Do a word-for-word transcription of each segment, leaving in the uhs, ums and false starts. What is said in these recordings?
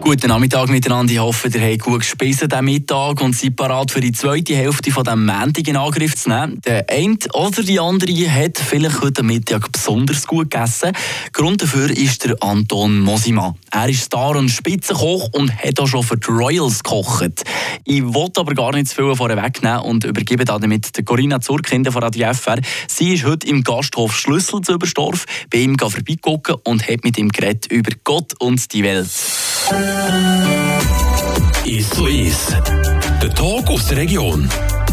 Guten Nachmittag miteinander. Ich hoffe, ihr habt gut gespeist diesen Mittag und seid bereit für die zweite Hälfte von diesem Montag in Angriff zu nehmen. Der eine oder die andere hat vielleicht heute Mittag besonders gut gegessen. Grund dafür ist der Anton Mosima. Er ist Star- und Spitzenkoch und hat auch schon für die Royals gekocht. Ich wollte aber gar nicht zu viel vorher wegnehmen und übergebe damit der Corinna Zurkinder von Radio F R. Sie ist heute im Gasthof Schlüssel zu Oberstdorf bei ihm vorbeigucken und hat mit ihm geredet über Gott und die Welt. Ist so ist. Der Talk aus der Region.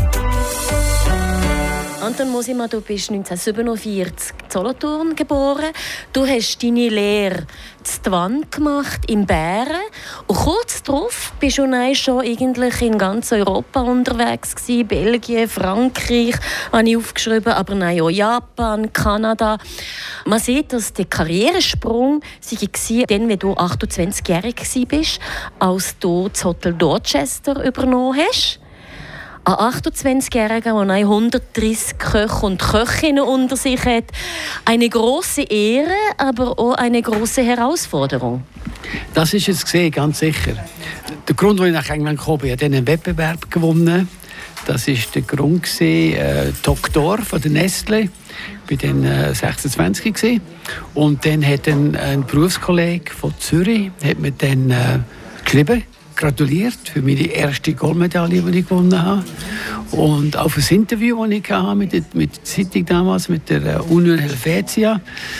Anton Mosima, du bist neunzehnhundertsiebenundvierzig in Solothurn geboren. Du hast deine Lehre zu Twann gemacht, in Bären. Und kurz darauf bist du dann schon eigentlich in ganz Europa unterwegs gewesen. Belgien, Frankreich habe ich aufgeschrieben, aber dann auch Japan, Kanada. Man sieht, dass der Karrieresprung war, dann, wenn du achtundzwanzigjährig warst, als du das Hotel Dorchester übernommen hast. Ein achtundzwanzigjähriger, der hundertdreissig Köche und Köchinnen unter sich hat. Eine grosse Ehre, aber auch eine grosse Herausforderung. Das ist es gesehen, ganz sicher. Der Grund, warum ich nach England gekommen bin, ich habe einen Wettbewerb gewonnen. Das war der Grund, äh, Doktor von der Nestlé. Ich war dann äh, sechsundzwanzig gewesen. Und dann hat ein, ein Berufskollege von Zürich hat mir dann äh, geschrieben, gratuliert für meine erste Goldmedaille, die ich gewonnen habe. Und auch für das Interview, das ich hatte mit der, mit der Zeitung damals, mit der Union Helvetia.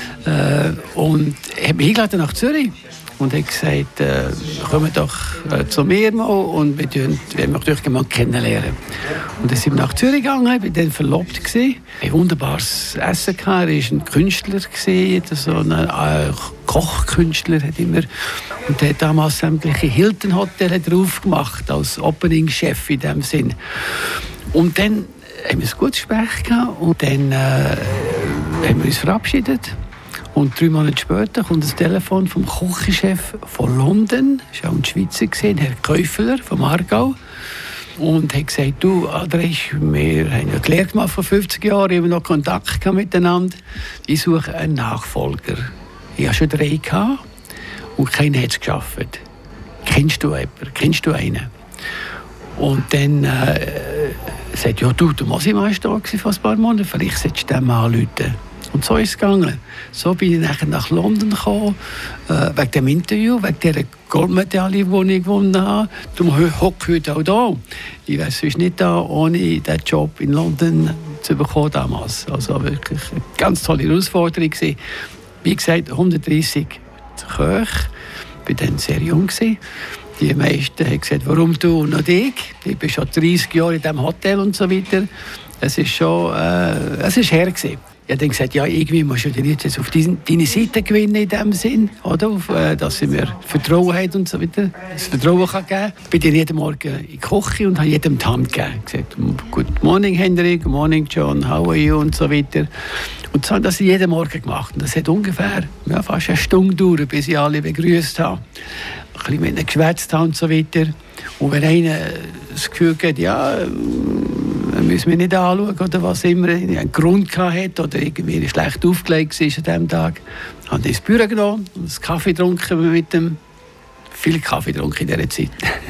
Äh, und er hat mich eingeladen nach Zürich und hat gesagt, äh, kommt doch äh, zu mir mal und wir wollen euch euch mal kennenlernen. Und dann sind wir nach Zürich gegangen, ich war dann verlobt gewesen. Ein wunderbares Essen gehabt. Er war ein Künstler gewesen, so ein äh, Kochkünstler hat immer. Und er hat damals sämtliche Hilton Hotel drauf gemacht als Opening-Chef in dem Sinn. Und dann haben wir ein gutes Gespräch gehabt und dann äh, haben wir uns verabschiedet. Und drei Monate später kommt das Telefon vom Küchenchef von London, das war auch ein Schweizer, Herr Käufeler vom Aargau. Und hat gesagt, du, André, wir haben ja Lehre gemacht vor fünfzig Jahren, wir haben noch Kontakt miteinander. Ich suche einen Nachfolger. Ich hatte schon drei gehabt und keiner hat es geschafft. Kennst du jemanden? Kennst du einen? Und dann äh, sagt ja, du, der Mosima war da vor ein paar Monaten, vielleicht solltest du den mal anrufen. Und so ist es gegangen. So bin ich nachher nach London gekommen, äh, wegen dem Interview, wegen dieser Goldmedaille, die ich gewonnen habe. Darum hocke ich heute auch da. Ich wäre sonst nicht da, ohne diesen Job in London zu bekommen damals. Also wirklich eine ganz tolle Herausforderung gewesen. Wie gesagt, hundertdreissig Köche. Ich war dann sehr jung gewesen. Die meisten haben gesagt, warum du und nicht ich? Ich bin schon dreissig Jahre in diesem Hotel und so weiter. Es ist schon, äh, es ist her gewesen. Ich habe dann gesagt, ja, irgendwie musst du die Leute jetzt auf deine, deine Seite gewinnen in dem Sinn, oder? Auf, äh, dass sie mir Vertrauen haben und so weiter. Das Vertrauen kann geben. Ich bin dann jeden Morgen in die Küche und habe jedem die Hand gegeben. Ich habe gesagt, good morning Henry, good morning John, how are you und so weiter. Und so habe ich das jeden Morgen gemacht. Und das hat ungefähr ja, fast eine Stunde gedauert, bis ich alle begrüßt habe. Ein bisschen mit ihnen geschwätzt habe und so weiter. Und wenn einer das Gefühl hat, ja, müssen wir nicht anschauen oder was immer, einen Grund hatte oder irgendwie schlecht aufgelegt war an diesem Tag, habe ich ins Büro genommen und einen Kaffee getrunken mit dem. Viel Kaffee getrunken in dieser Zeit.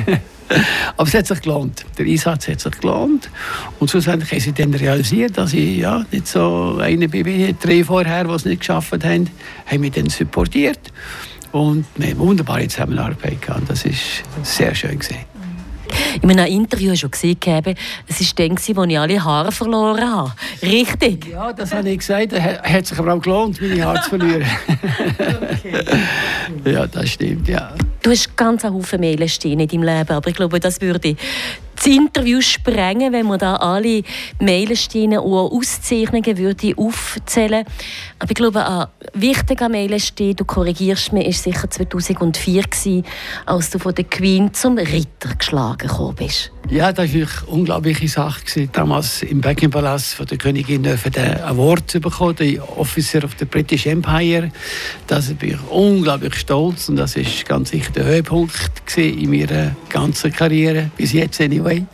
Aber es hat sich gelohnt. Der Einsatz hat sich gelohnt. Und schlussendlich haben sie dann realisiert, dass ich ja, nicht so einer bin wie drei vorher, die es nicht geschafft haben, haben mich dann supportiert. Und wir haben eine wunderbare Zusammenarbeit gehabt. Das war sehr schön gewesen. In einem Interview hast du gesehen, es war dann, als ich alle Haare verloren habe. Richtig? Ja, das habe ich gesagt. Es hat sich aber auch gelohnt, meine Haare zu verlieren. Okay. Ja, das stimmt, ja. Du hast ganz einen Haufen Meilensteine in deinem Leben, aber ich glaube, das würde das Interview sprengen, wenn man da alle Meilensteine und Auszeichnungen würde aufzählen. Aber ich glaube, ein wichtiger Meilenstein, du korrigierst mich, war sicher zweitausendvier, als du von der Queen zum Ritter geschlagen gekommen bist. Ja, das war eine unglaubliche Sache. Damals im Buckingham Palace von der Königin für den Award zu bekommen, den Officer of the British Empire. Das bin ich unglaublich stolz und das war ganz sicher der Höhepunkt in meiner ganzen Karriere, bis jetzt anyway.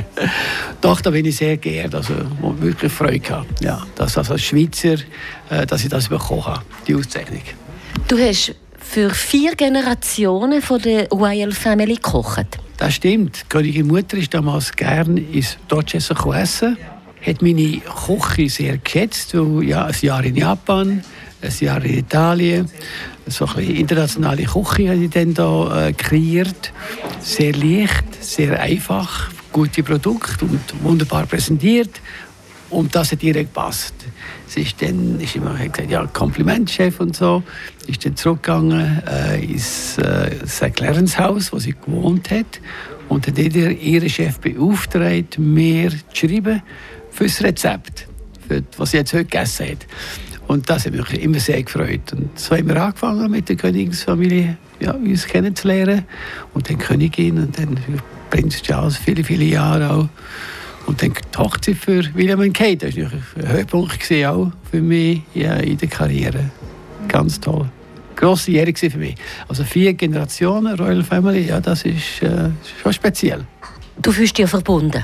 Doch, da bin ich sehr geehrt, also wirklich Freude gehabt, ja, dass also als Schweizer, dass ich das bekommen habe, die Auszeichnung. Du hast für vier Generationen von der Royal Family gekocht. Das stimmt. Die Königin Mutter ist damals gerne ins Dorchester essen. Hat meine Küche sehr geschätzt. Ja, ein Jahr in Japan, ein Jahr in Italien. So ein bisschen internationale Küche habe ich dann da, äh, kreiert. Sehr leicht, sehr einfach, gute Produkte und wunderbar präsentiert. Und das hat ihr gepasst. Sie ist dann, ist immer gesagt, ja, Komplimentchef und so. Ist dann zurückgegangen äh, ins äh, Sankt Clarence Haus, wo sie gewohnt hat. Und hat ihr, ihren Chef beauftragt, mir zu schreiben für das Rezept, für, was sie jetzt heute gegessen hat. Und das hat mich immer sehr gefreut. Und so haben wir angefangen mit der Königsfamilie, ja, uns kennenzulernen. Und dann Königin und dann Prinz Charles, viele, viele Jahre auch. Und dann die Hochzeit für William und Kate. Das war ein Höhepunkt auch für mich, ja, in der Karriere. Ganz toll. Grosse Ehre für mich. Also vier Generationen Royal Family, ja, das ist äh, schon speziell. Du fühlst dich verbunden?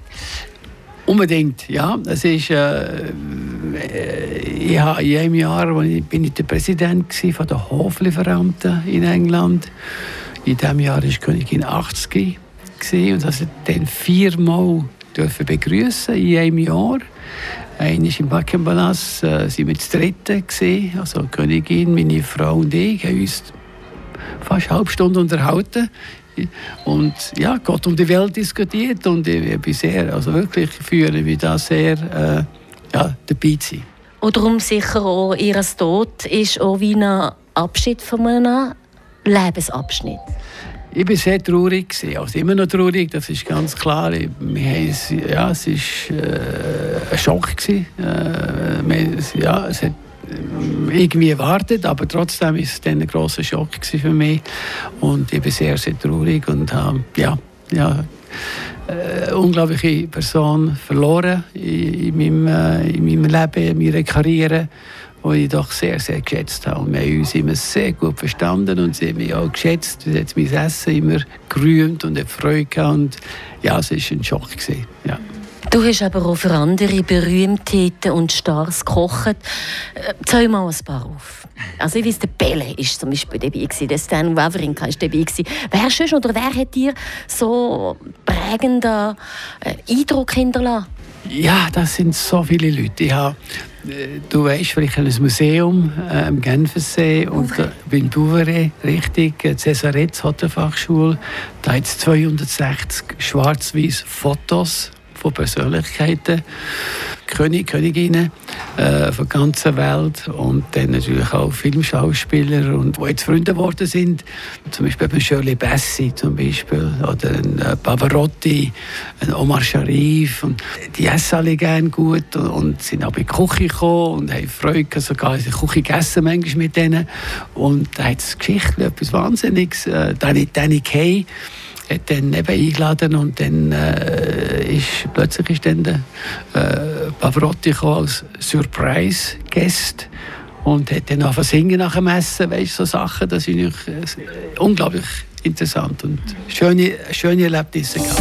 Unbedingt, ja. Es ist, äh, ich habe in einem Jahr war ich, bin ich der Präsident von der Hoflieferanten in England. In diesem Jahr war Königin achtzig und das hat dann viermal dürfen begrüßen in einem Jahr. Einmal im Buckingham Palace äh, sind wir das dritte gesehen, also die Königin, meine Frau und ich haben uns fast eine halbe Stunde unterhalten und ja, Gott um die Welt diskutiert und ich bin sehr, also wirklich fühle mich da sehr äh, ja, dabei zu sein. Und darum sicher auch ihr Tod ist auch wie ein Abschied von einem Lebensabschnitt. Ich war sehr traurig, also immer noch traurig, das ist ganz klar. Wir haben, ja, es war äh, ein Schock. Äh, wir, ja, es hat irgendwie erwartet, aber trotzdem war es dann ein grosser Schock für mich. Und ich bin sehr, sehr traurig und habe ja, ja, eine unglaubliche Person verloren in, in, meinem, äh, in meinem Leben, in meiner Karriere, die ich doch sehr, sehr geschätzt habe. Und wir haben uns immer sehr gut verstanden und sie haben mich auch geschätzt. Sie hat mein Essen immer gerühmt und hat Freude gehabt. Und ja, es war ein Schock. Ja. Du hast aber auch für andere Berühmtheiten und Stars gekocht. Zähl mal ein paar auf. Also ich weiss, der Pele war zum Beispiel dabei, der Stan Wawrinka war dabei. Wer sonst oder wer hat dir so prägenden Eindruck hinterlassen? Ja, das sind so viele Leute. Ich habe, du weißt, vielleicht ein Museum äh, am Genfersee und äh, beim Bouveret, richtig, äh, Cäsaretz Hotelfachschule. Da hat es zweihundertsechzig schwarz-weiß Fotos von Persönlichkeiten, König, Königinnen äh, von der ganzen Welt und dann natürlich auch Filmschauspieler, und, die jetzt Freunde geworden sind. Zum Beispiel Shirley Bassey zum Beispiel, oder ein äh, Pavarotti, ein Omar Sharif. Und die essen alle gerne gut und, und sind auch in die Küche gekommen und haben Freude, sogar in der Küche gegessen manchmal mit denen. Und da hat es Geschichte, etwas Wahnsinniges. Äh, Danny, Danny Kaye hat dann eben eingeladen und dann äh, ist plötzlich ist dann der äh, Pavarotti als Surprise-Gast und hat dann angefangen singen nach dem Essen, weißt, so Sachen, das ist äh, unglaublich interessant und schöne, schöne Erlebnisse gehabt.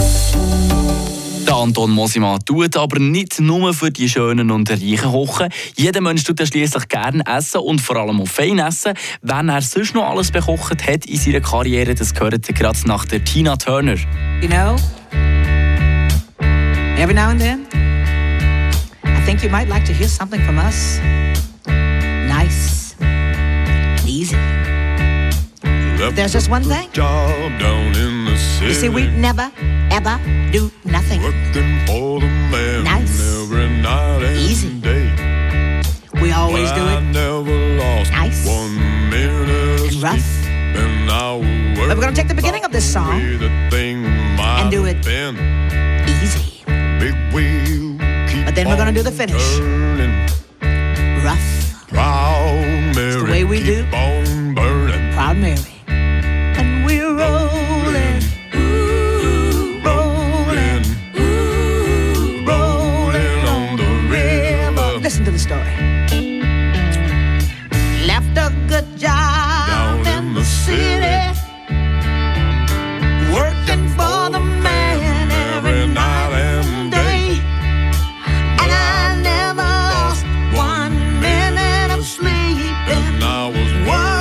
Der Anton Mosimann tut aber nicht nur für die Schönen und Reichen kochen. Jeder Mensch tut schliesslich gerne essen und vor allem auch fein essen. Wenn er sonst noch alles bekocht hat in seiner Karriere, das gehört gerade nach der Tina Turner. You know, every now and then, I think you might like to hear something from us. Nice, easy. But there's just one thing. You see, we never, ever do nothing nice, easy. We always do it nice and rough. But we're going to take the beginning of this song and do it easy. But then we're going to do the finish rough. It's the way we do Proud Mary. And we're rolling, ooh, rolling, ooh, rolling on the river. Listen to the story. Left a good job down in the city, working for the man every night and day. And I never lost one minute of sleep. And I was one.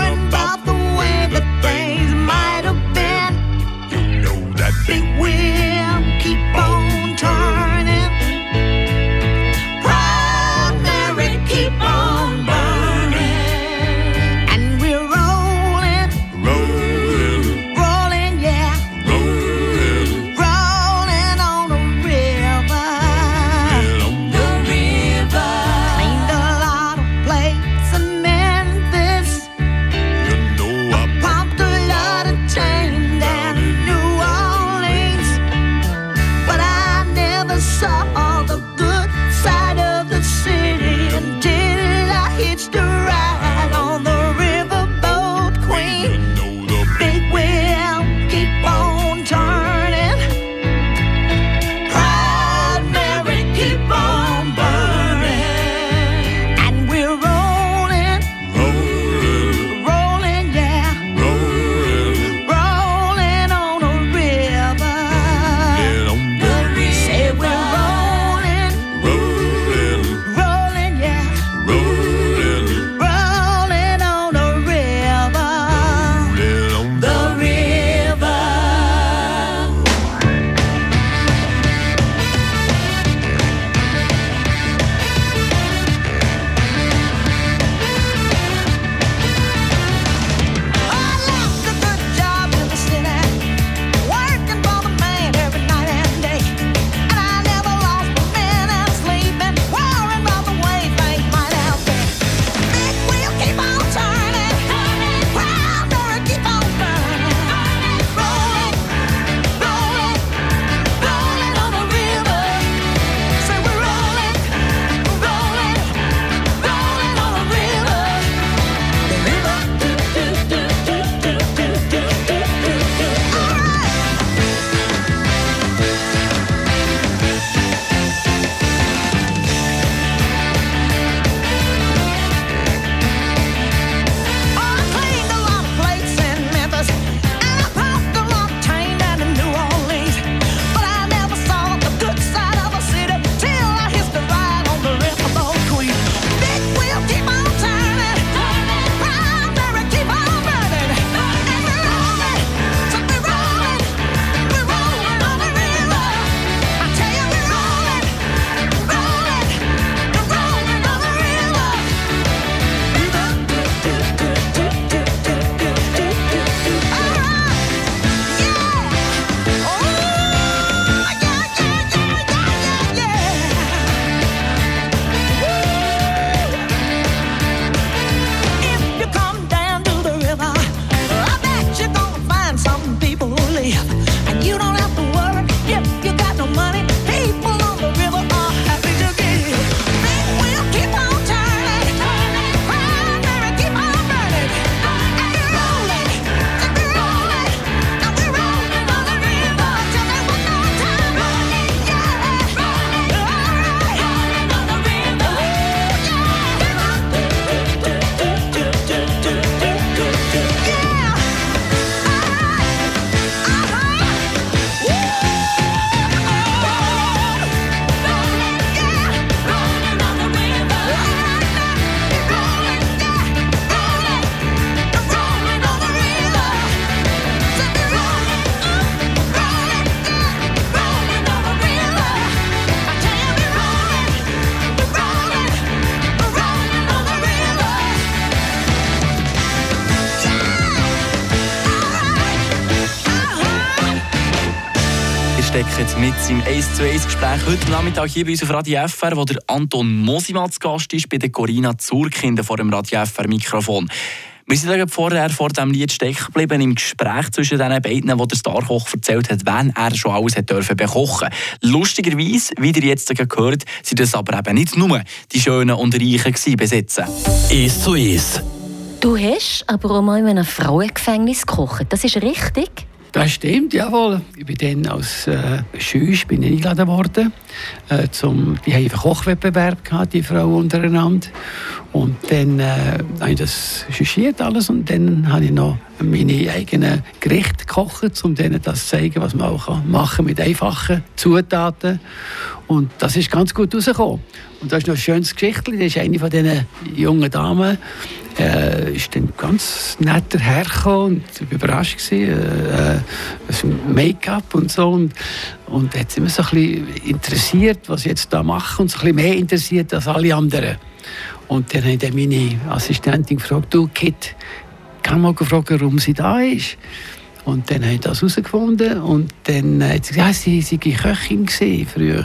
steckt mit seinem eins zu eins Gespräch heute Nachmittag hier bei uns auf Radio F R, wo der Anton Mosimann zu Gast ist, bei der Corinna Zurkinder vor dem Radio F R Mikrofon. Wir sind vorher vor diesem Lied stecken geblieben im Gespräch zwischen den beiden, wo der Starkoch erzählt hat, wann er schon alles hat dürfen bekochen. Lustigerweise, wie ihr jetzt gehört, sind das aber eben nicht nur die Schönen und Reichen gewesen, besitzen. eins zu eins. Du hast aber auch mal in einem Frauengefängnis gekocht. Das ist richtig? Das stimmt, jawohl. Ich bin dann als äh, Schüler bin ich eingeladen worden. Äh, zum, die hatten einen Kochwettbewerb gehabt, die Frauen untereinander. Und dann äh, habe ich das jugiert alles und dann habe ich noch meine eigenen Gerichte gekocht, um denen das zu zeigen, was man auch machen kann mit einfachen Zutaten. Und das ist ganz gut rausgekommen. Und das ist noch ein schönes Geschichtchen. Das ist eine von diesen jungen Damen. Äh, ist dann ganz netter hergekommen und überrascht gewesen. Äh, das Make-up und so. Und, und hat sich immer so ein bisschen interessiert, was ich jetzt da mache. Und so ein bisschen mehr interessiert als alle anderen. Und dann habe ich meine Assistentin gefragt, du Kit, kann man fragen, warum sie da ist? Und dann habe ich das herausgefunden. Und dann hat sie gesagt, ja, sie war Köchin früher.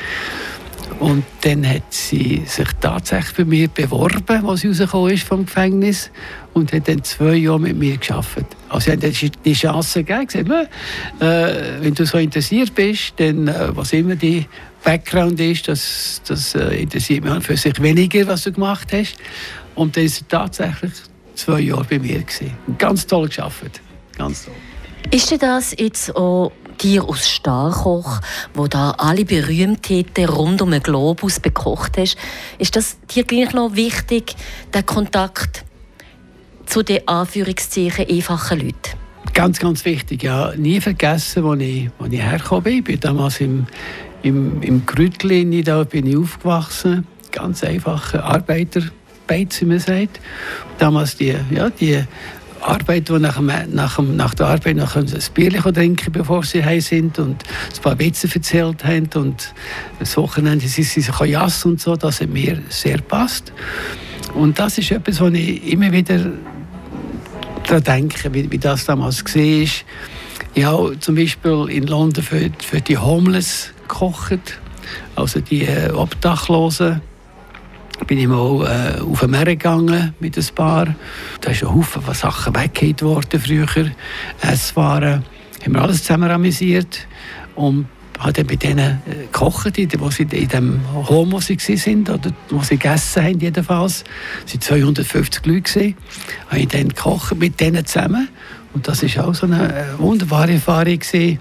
Und dann hat sie sich tatsächlich bei mir beworben, als sie rausgekommen ist vom Gefängnis. Und hat dann zwei Jahre mit mir gearbeitet. Also sie haben dann die Chance gegeben, gesagt, äh, wenn du so interessiert bist, dann äh, was immer die Background ist, das, das äh, interessiert mich für sich weniger, was du gemacht hast. Und dann war sie tatsächlich zwei Jahre bei mir gewesen. Ganz toll gearbeitet. Ganz toll. Ist dir das jetzt auch dir aus Starkoch, wo da alle Berühmtheiten rund um den Globus bekocht hast, ist das dir gleich noch wichtig, der Kontakt zu den Anführungszeichen einfachen Leuten? Ganz, ganz wichtig. Ja, nie vergessen, wo ich, wo ich hergekommen bin. Ich bin damals im, im, im Grütli, da bin ich aufgewachsen. Ganz einfache Arbeiterbeiz, wie man sagt. Damals die, ja, die Arbeit, die nach, nach, nach der Arbeit noch ein Bier trinken, bevor sie heim sind und ein paar Witze erzählt haben und das Wochenende sind sie Kajas und so, das hat mir sehr passt. Und das ist etwas, was ich immer wieder daran denke, wie, wie das damals war. Ich habe zum Beispiel in London für, für die Homeless gekocht, also die äh, Obdachlosen. Bin ich mal äh, auf den Meer gegangen mit ein paar. Da ist ein Haufen von Sachen weggehauen worden früher. Esswaren. Haben wir alles zusammen amüsiert. Und habe dann mit denen äh, gekocht, wo sie in dem Home, wo sie waren, oder wo sie gegessen haben jedenfalls. Es waren zweihundertfünfzig Leute. Habe ich dann gekocht mit denen zusammen. Und das war auch so eine äh, wunderbare Erfahrung.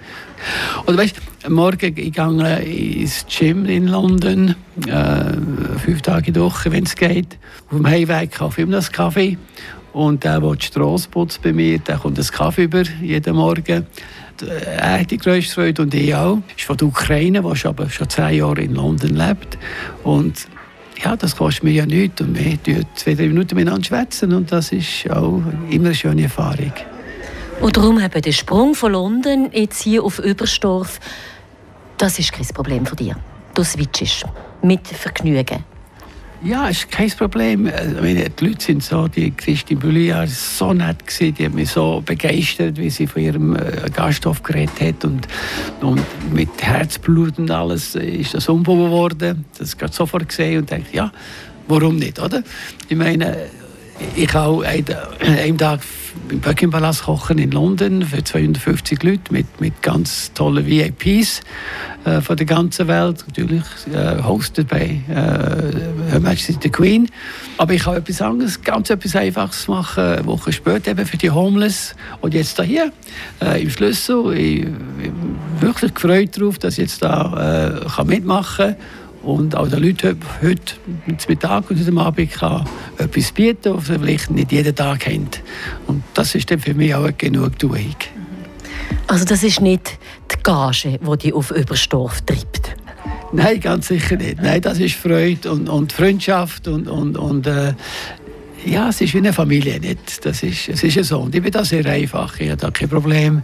Oder weißt, morgen ich gehe ins Gym in London, äh, fünf Tage in der Woche, wenn es geht. Auf dem Heimweg kaufe ich immer das Kaffee. Und der, der die Strasse putzt bei mir, der kommt das Kaffee über jeden Morgen. Er hat die grösste Freude und ich auch. Er ist von der Ukraine, die aber schon zehn Jahre in London lebt. Und ja, das kostet mir ja nichts. Und wir schwätzen zwei, drei Minuten miteinander schwätzen. Und das ist auch immer eine schöne Erfahrung. Und darum eben der Sprung von London jetzt hier auf Oberstdorf, das ist kein Problem für dich. Du switchst mit Vergnügen. Ja, es ist kein Problem. Also, die Leute sind so, die Christine Bülliard war so nett gewesen, die hat mich so begeistert, wie sie von ihrem äh, Gasthof geredet hat und, und mit Herzblut und alles ist das umgebaut worden. Das habe ich sofort gesehen und dachte, ja, warum nicht, oder? Ich meine, ich kann auch einen Tag im Buckingham Palace kochen in London für zweihundertfünfzig Leute mit, mit ganz tollen V I Ps äh, von der ganzen Welt. Natürlich äh, hosted bei äh, Her Majesty the Queen. Aber ich kann etwas anderes, ganz etwas Einfaches machen, eine Woche später eben für die Homeless. Und jetzt hier äh, im Schlüssel. Ich bin wirklich gefreut darauf, dass ich jetzt da äh, kann mitmachen kann. Und auch den Leuten heute Mittag und am Abend kann etwas bieten, was sie vielleicht nicht jeden Tag haben. Und das ist dann für mich auch eine Genugtuung. Also das ist nicht die Gage, die dich auf Oberstdorf treibt? Nein, ganz sicher nicht. Nein, das ist Freude und, und Freundschaft und, und, und äh, ja, es ist wie eine Familie, nicht? Das ist, es ist so. Und ich bin da sehr einfach. Ich habe da kein Problem,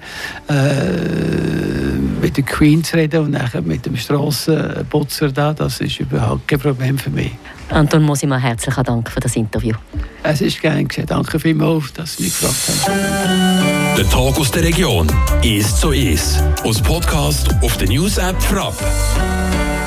äh, mit der Queen zu reden und nachher mit dem Strassenputzer da. Das ist überhaupt kein Problem für mich. Anton Mosima, herzlichen Dank für das Interview. Es ist gern geschehen. Danke vielmals, dass Sie mich gefragt haben. Der Tag aus der Region. eins zu eins. Aus Podcast auf der News-App Frapp.